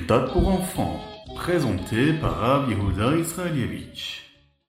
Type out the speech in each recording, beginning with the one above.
Khritat pour enfants, présenté par Rav Yehuda Israelievich.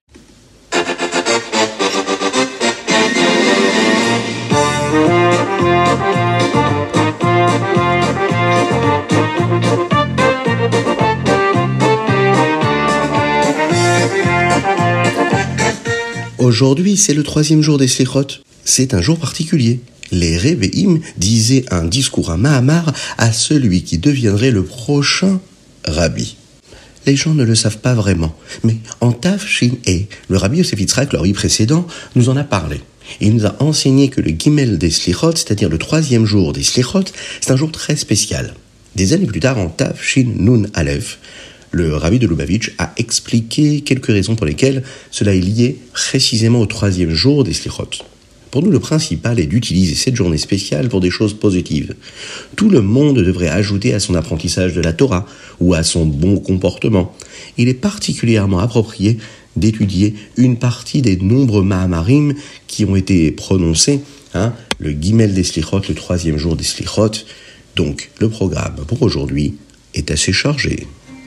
Aujourd'hui, c'est le 3e jour des Slichot. C'est un jour particulier. Les Rebbeim disaient un discours, un Mahamar, à celui qui deviendrait le prochain Rabbi. Les gens ne le savent pas vraiment, mais en Tav Shin E, le Rabbi Yosef Yitzhak, le Rabbi précédent, nous en a parlé. Il nous a enseigné que le Gimel des Slichot, c'est-à-dire le 3e jour des Slichot, c'est un jour très spécial. Des années plus tard, en Tav Shin Nun Aleph, le Rabbi de Lubavitch a expliqué quelques raisons pour lesquelles cela est lié précisément au 3e jour des Slichot. Pour nous, le principal est d'utiliser cette journée spéciale pour des choses positives. Tout le monde devrait ajouter à son apprentissage de la Torah ou à son bon comportement. Il est particulièrement approprié d'étudier une partie des nombreux Mahamarim qui ont été prononcés, le Gimel des Slichot, le 3e jour des Slichot. Donc, le programme pour aujourd'hui est assez chargé.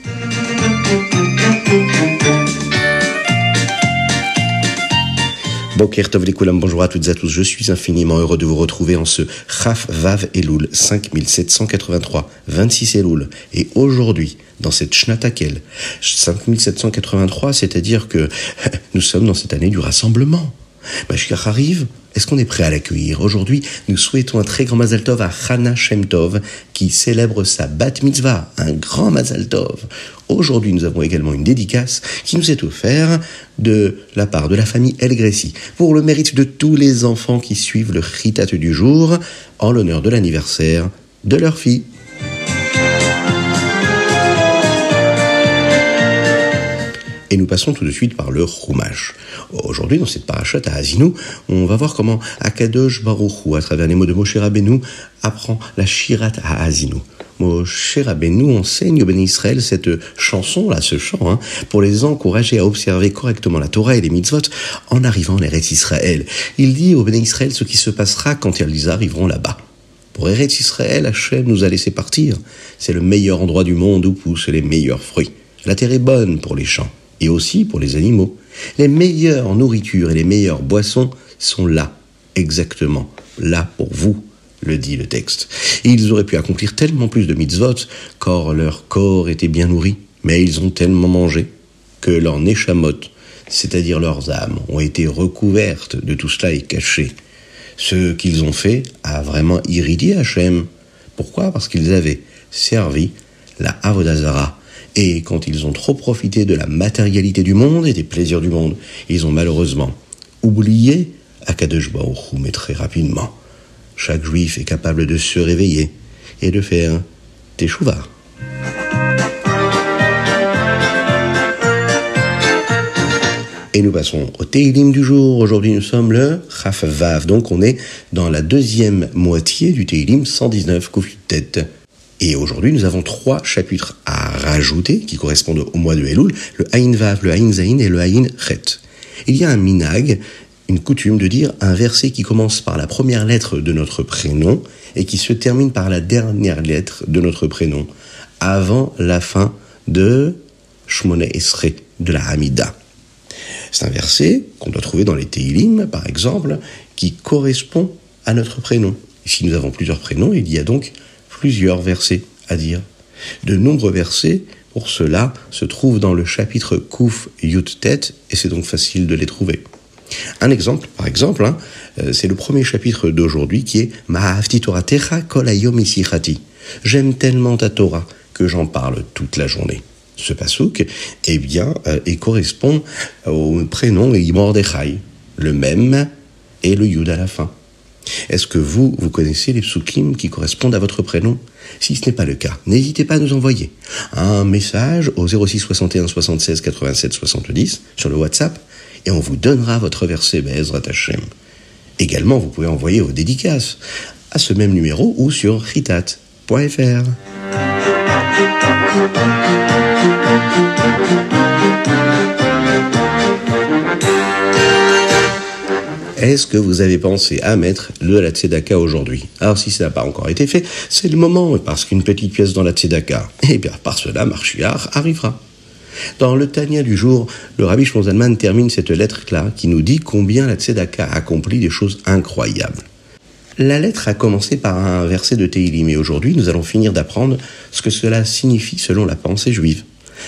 Boker Tov Lekulam, bonjour à toutes et à tous, je suis infiniment heureux de vous retrouver en ce Chaf Vav Elul 5783, 26 Elul, et aujourd'hui, dans cette Shnatakel, 5783, c'est-à-dire que nous sommes dans cette année du rassemblement. Mashiach arrive, est-ce qu'on est prêt à l'accueillir? Aujourd'hui, nous souhaitons un très grand Mazal Tov à Chana Shem Tov, qui célèbre sa Bat Mitzvah, un grand Mazal Tov. Aujourd'hui, nous avons également une dédicace qui nous est offerte de la part de la famille El Gressi, pour le mérite de tous les enfants qui suivent le Khritat du jour, en l'honneur de l'anniversaire de leur fille. Et nous passons tout de suite par le Chumash. Aujourd'hui, dans cette parashat à Haazinu, on va voir comment Akadosh Baruch Hu, à travers les mots de Moshe Rabbeinu, apprend la Shirat à Haazinu. Moshe Rabbeinu enseigne au Béni Israël cette chanson-là, ce chant, pour les encourager à observer correctement la Torah et les mitzvot en arrivant en Eretz Israël. Il dit au Béni Israël ce qui se passera quand ils arriveront là-bas. Pour Eretz Israël, Hachem nous a laissé partir. C'est le meilleur endroit du monde où poussent les meilleurs fruits. La terre est bonne pour les champs et aussi pour les animaux. Les meilleures nourritures et les meilleures boissons sont là, exactement, là pour vous, le dit le texte. Et ils auraient pu accomplir tellement plus de mitzvot, car leur corps était bien nourri, mais ils ont tellement mangé que leurs neshamot, c'est-à-dire leurs âmes, ont été recouvertes de tout cela et cachées. Ce qu'ils ont fait a vraiment irrité Hachem. Pourquoi? Parce qu'ils avaient servi la Avodah Zara. Et quand ils ont trop profité de la matérialité du monde et des plaisirs du monde, ils ont malheureusement oublié Akadosh Baruch Hu, mais très rapidement. Chaque juif est capable de se réveiller et de faire teshuva. Et nous passons au Teilim du jour. Aujourd'hui, nous sommes le Chaf Vav. Donc, on est dans la deuxième moitié du Teilim 119, Kuf Tet. Et aujourd'hui, nous avons 3 chapitres à rajouter qui correspondent au mois de Elul, le Ayin Vav, le Ayin Zayin et le Ayin Chet. Il y a un minhag, une coutume de dire un verset qui commence par la première lettre de notre prénom et qui se termine par la dernière lettre de notre prénom, avant la fin de Shmona Esrei, de la Hamida. C'est un verset qu'on doit trouver dans les Teilim, par exemple, qui correspond à notre prénom. Et si nous avons plusieurs prénoms, il y a donc plusieurs versets à dire. De nombreux versets, pour cela, se trouvent dans le chapitre Kuf Yut Tet, et c'est donc facile de les trouver. Un exemple, par exemple, c'est le premier chapitre d'aujourd'hui qui est Ma'avti Toratecha kol hayom isichati. J'aime tellement ta Torah que j'en parle toute la journée. Ce passouk, il correspond au prénom Mordechai, le même et le Yud à la fin. Est-ce que vous connaissez les psukim qui correspondent à votre prénom? Si ce n'est pas le cas, n'hésitez pas à nous envoyer un message au 06 61 76 87 70 sur le WhatsApp et on vous donnera votre verset Be'ezrat Hashem. Également, vous pouvez envoyer vos dédicaces à ce même numéro ou sur chitat.fr. est-ce que vous avez pensé à mettre de la tzedaka aujourd'hui? Alors si ça n'a pas encore été fait, c'est le moment, parce qu'une petite pièce dans la tzedaka, et bien par cela, Mashiach arrivera. Dans le Tanya du jour, le Rabbi Shlomo Zalman termine cette lettre-là qui nous dit combien la tzedaka accomplit des choses incroyables. La lettre a commencé par un verset de Tehillim, et aujourd'hui nous allons finir d'apprendre ce que cela signifie selon la pensée juive.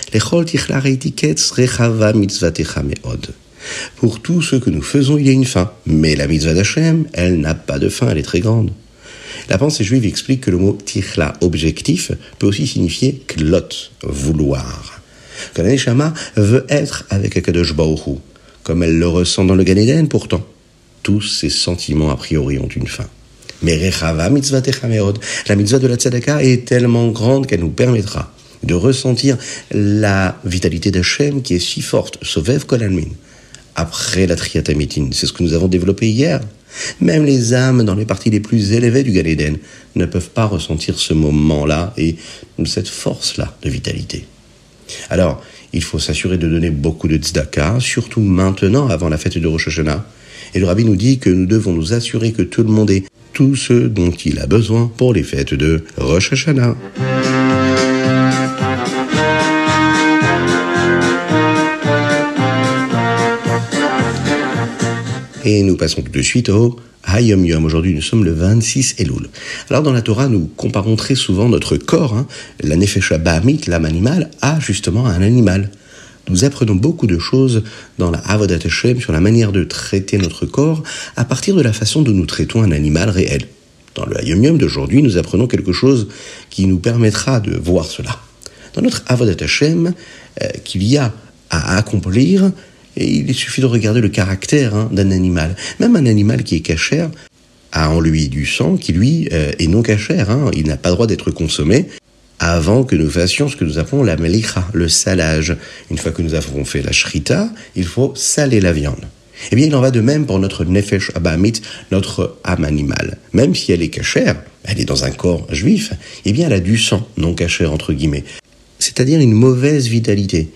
Pour tout ce que nous faisons, il y a une fin, mais la mitzvah d'Hachem, elle n'a pas de fin, elle est très grande. La pensée juive explique que le mot tichla, objectif, peut aussi signifier klot, vouloir. Que la Neshama veut être avec Akadosh Baruch Hu, comme elle le ressent dans le Gan Eden pourtant. Tous ces sentiments a priori ont une fin. Mais Rechava mitzvatecha meod, la mitzvah de la tzedaka est tellement grande qu'elle nous permettra de ressentir la vitalité d'Hachem qui est si forte, Sovev Kol Almin. Après la Triyat Amitin, c'est ce que nous avons développé hier. Même les âmes dans les parties les plus élevées du Gan Eden ne peuvent pas ressentir ce moment-là et cette force-là de vitalité. Alors, il faut s'assurer de donner beaucoup de tzedaka, surtout maintenant, avant la fête de Rosh Hashanah. Et le Rabbi nous dit que nous devons nous assurer que tout le monde ait tout ce dont il a besoin pour les fêtes de Rosh Hashanah. Et nous passons tout de suite au Hayom Yom. Aujourd'hui, nous sommes le 26 Elul. Alors, dans la Torah, nous comparons très souvent notre corps, la Nefesh Bahamit, l'âme animale, à justement un animal. Nous apprenons beaucoup de choses dans la Avodat Hashem sur la manière de traiter notre corps à partir de la façon dont nous traitons un animal réel. Dans le Hayom Yom d'aujourd'hui, nous apprenons quelque chose qui nous permettra de voir cela. Dans notre Avodat Hashem, qu'il y a à accomplir, et il suffit de regarder le caractère d'un animal. Même un animal qui est cachère a en lui du sang qui, lui, est non cachère. Il n'a pas le droit d'être consommé avant que nous fassions ce que nous appelons la melicha, le salage. Une fois que nous avons fait la shrita, il faut saler la viande. Eh bien, il en va de même pour notre nefesh abahamit, notre âme animale. Même si elle est cachère, elle est dans un corps juif, eh bien, elle a du sang non cachère, entre guillemets. C'est-à-dire une mauvaise vitalité,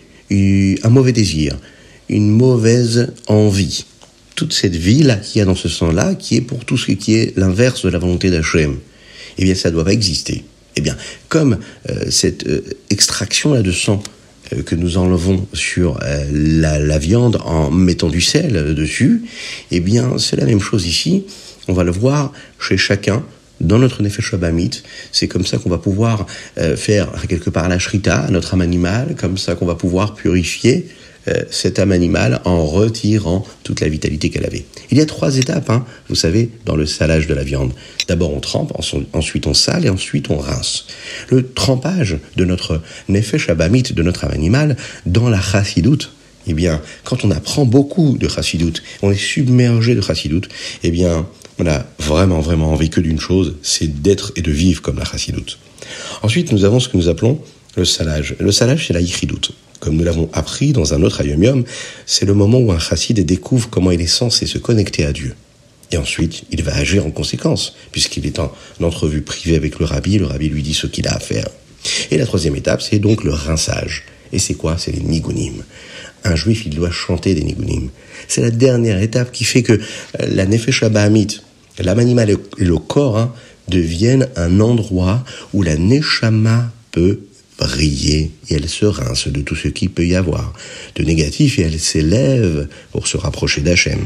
un mauvais désir, une mauvaise envie. Toute cette vie-là qu'il y a dans ce sang-là, qui est pour tout ce qui est l'inverse de la volonté d'Hachem, eh bien, ça ne doit pas exister. Eh bien, comme cette extraction-là de sang que nous enlevons sur la viande en mettant du sel dessus, eh bien, c'est la même chose ici. On va le voir chez chacun. Dans notre Nefesh Bahamit, c'est comme ça qu'on va pouvoir faire quelque part la shrita, notre âme animale, comme ça qu'on va pouvoir purifier cette âme animale en retirant toute la vitalité qu'elle avait. Il y a 3 étapes, vous savez, dans le salage de la viande. D'abord on trempe, ensuite on sale et ensuite on rince. Le trempage de notre Nefesh Bahamit, de notre âme animale, dans la chassidoute, eh bien, quand on apprend beaucoup de chassidoute, on est submergé de chassidoute, eh bien, on a vraiment, vraiment envie que d'une chose, c'est d'être et de vivre comme la chassidoute. Ensuite, nous avons ce que nous appelons le salage. Le salage, c'est la yichidoute. Comme nous l'avons appris dans un autre Hayom Yom, c'est le moment où un chassid découvre comment il est censé se connecter à Dieu. Et ensuite, il va agir en conséquence, puisqu'il est en entrevue privée avec le rabbi lui dit ce qu'il a à faire. Et la 3e étape, c'est donc le rinçage. Et c'est quoi? C'est les nigunim. Un juif, il doit chanter des nigunim. C'est la dernière étape qui fait que la nefesh bahamit, l'âme animale et le corps, deviennent un endroit où la neshama peut briller et elle se rince de tout ce qu'il peut y avoir de négatif et elle s'élève pour se rapprocher d'Hachem.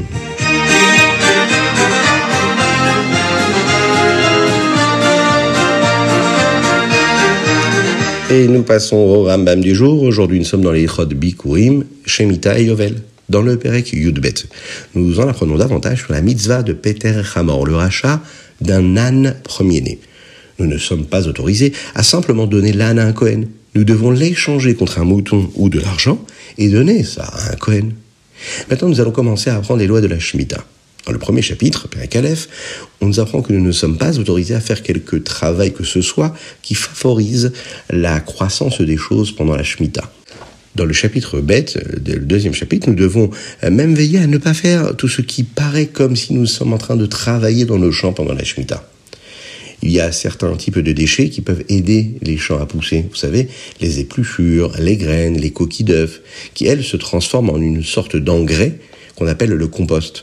Et nous passons au Rambam du jour. Aujourd'hui, nous sommes dans les Chod Bikurim, Shemitah et Yovel. Dans le Perek Yudbet, nous en apprenons davantage sur la mitzvah de Peter Hamor, le rachat d'un âne premier-né. Nous ne sommes pas autorisés à simplement donner l'âne à un Kohen. Nous devons l'échanger contre un mouton ou de l'argent et donner ça à un Kohen. Maintenant, nous allons commencer à apprendre les lois de la Shemitah. Dans le premier chapitre, Perek Aleph, on nous apprend que nous ne sommes pas autorisés à faire quelque travail que ce soit qui favorise la croissance des choses pendant la Shemitah. Dans le chapitre bête, le 2e chapitre, nous devons même veiller à ne pas faire tout ce qui paraît comme si nous sommes en train de travailler dans nos champs pendant la Shemitah. Il y a certains types de déchets qui peuvent aider les champs à pousser. Vous savez, les épluchures, les graines, les coquilles d'œufs, qui elles se transforment en une sorte d'engrais qu'on appelle le compost.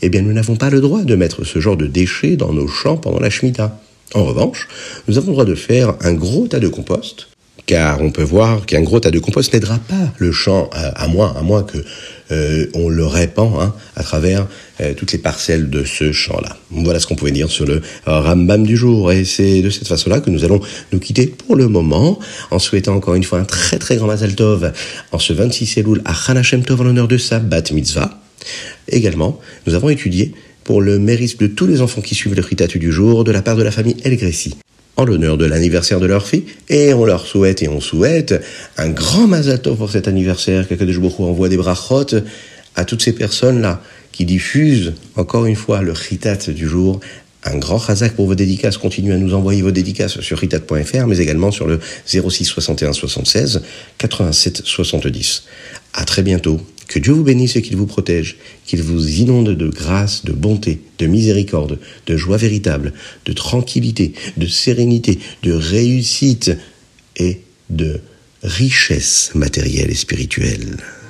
eh bien nous n'avons pas le droit de mettre ce genre de déchets dans nos champs pendant la Shemitah. En revanche, nous avons le droit de faire un gros tas de compost, car on peut voir qu'un gros tas de compost n'aidera pas le champ, à moins que on le répand à travers toutes les parcelles de ce champ-là. Voilà ce qu'on pouvait dire sur le Rambam du jour, et c'est de cette façon-là que nous allons nous quitter pour le moment, en souhaitant encore une fois un très très grand Mazal Tov en ce 26 Elul à Chana Shem Tov en l'honneur de sa Bat Mitzvah. Également, nous avons étudié pour le mérite de tous les enfants qui suivent le Chitat du jour de la part de la famille El Gressi, en l'honneur de l'anniversaire de leur fille, et on souhaite un grand Mazal Tov pour cet anniversaire, qu'Akadosh Baruch Hu envoie des brachot à toutes ces personnes-là qui diffusent encore une fois le Chitat du jour. Un grand chazak pour vos dédicaces, continuez à nous envoyer vos dédicaces sur chitat.fr, mais également sur le 06 61 76 87 70. À très bientôt. Que Dieu vous bénisse et qu'il vous protège, qu'il vous inonde de grâce, de bonté, de miséricorde, de joie véritable, de tranquillité, de sérénité, de réussite et de richesse matérielle et spirituelle.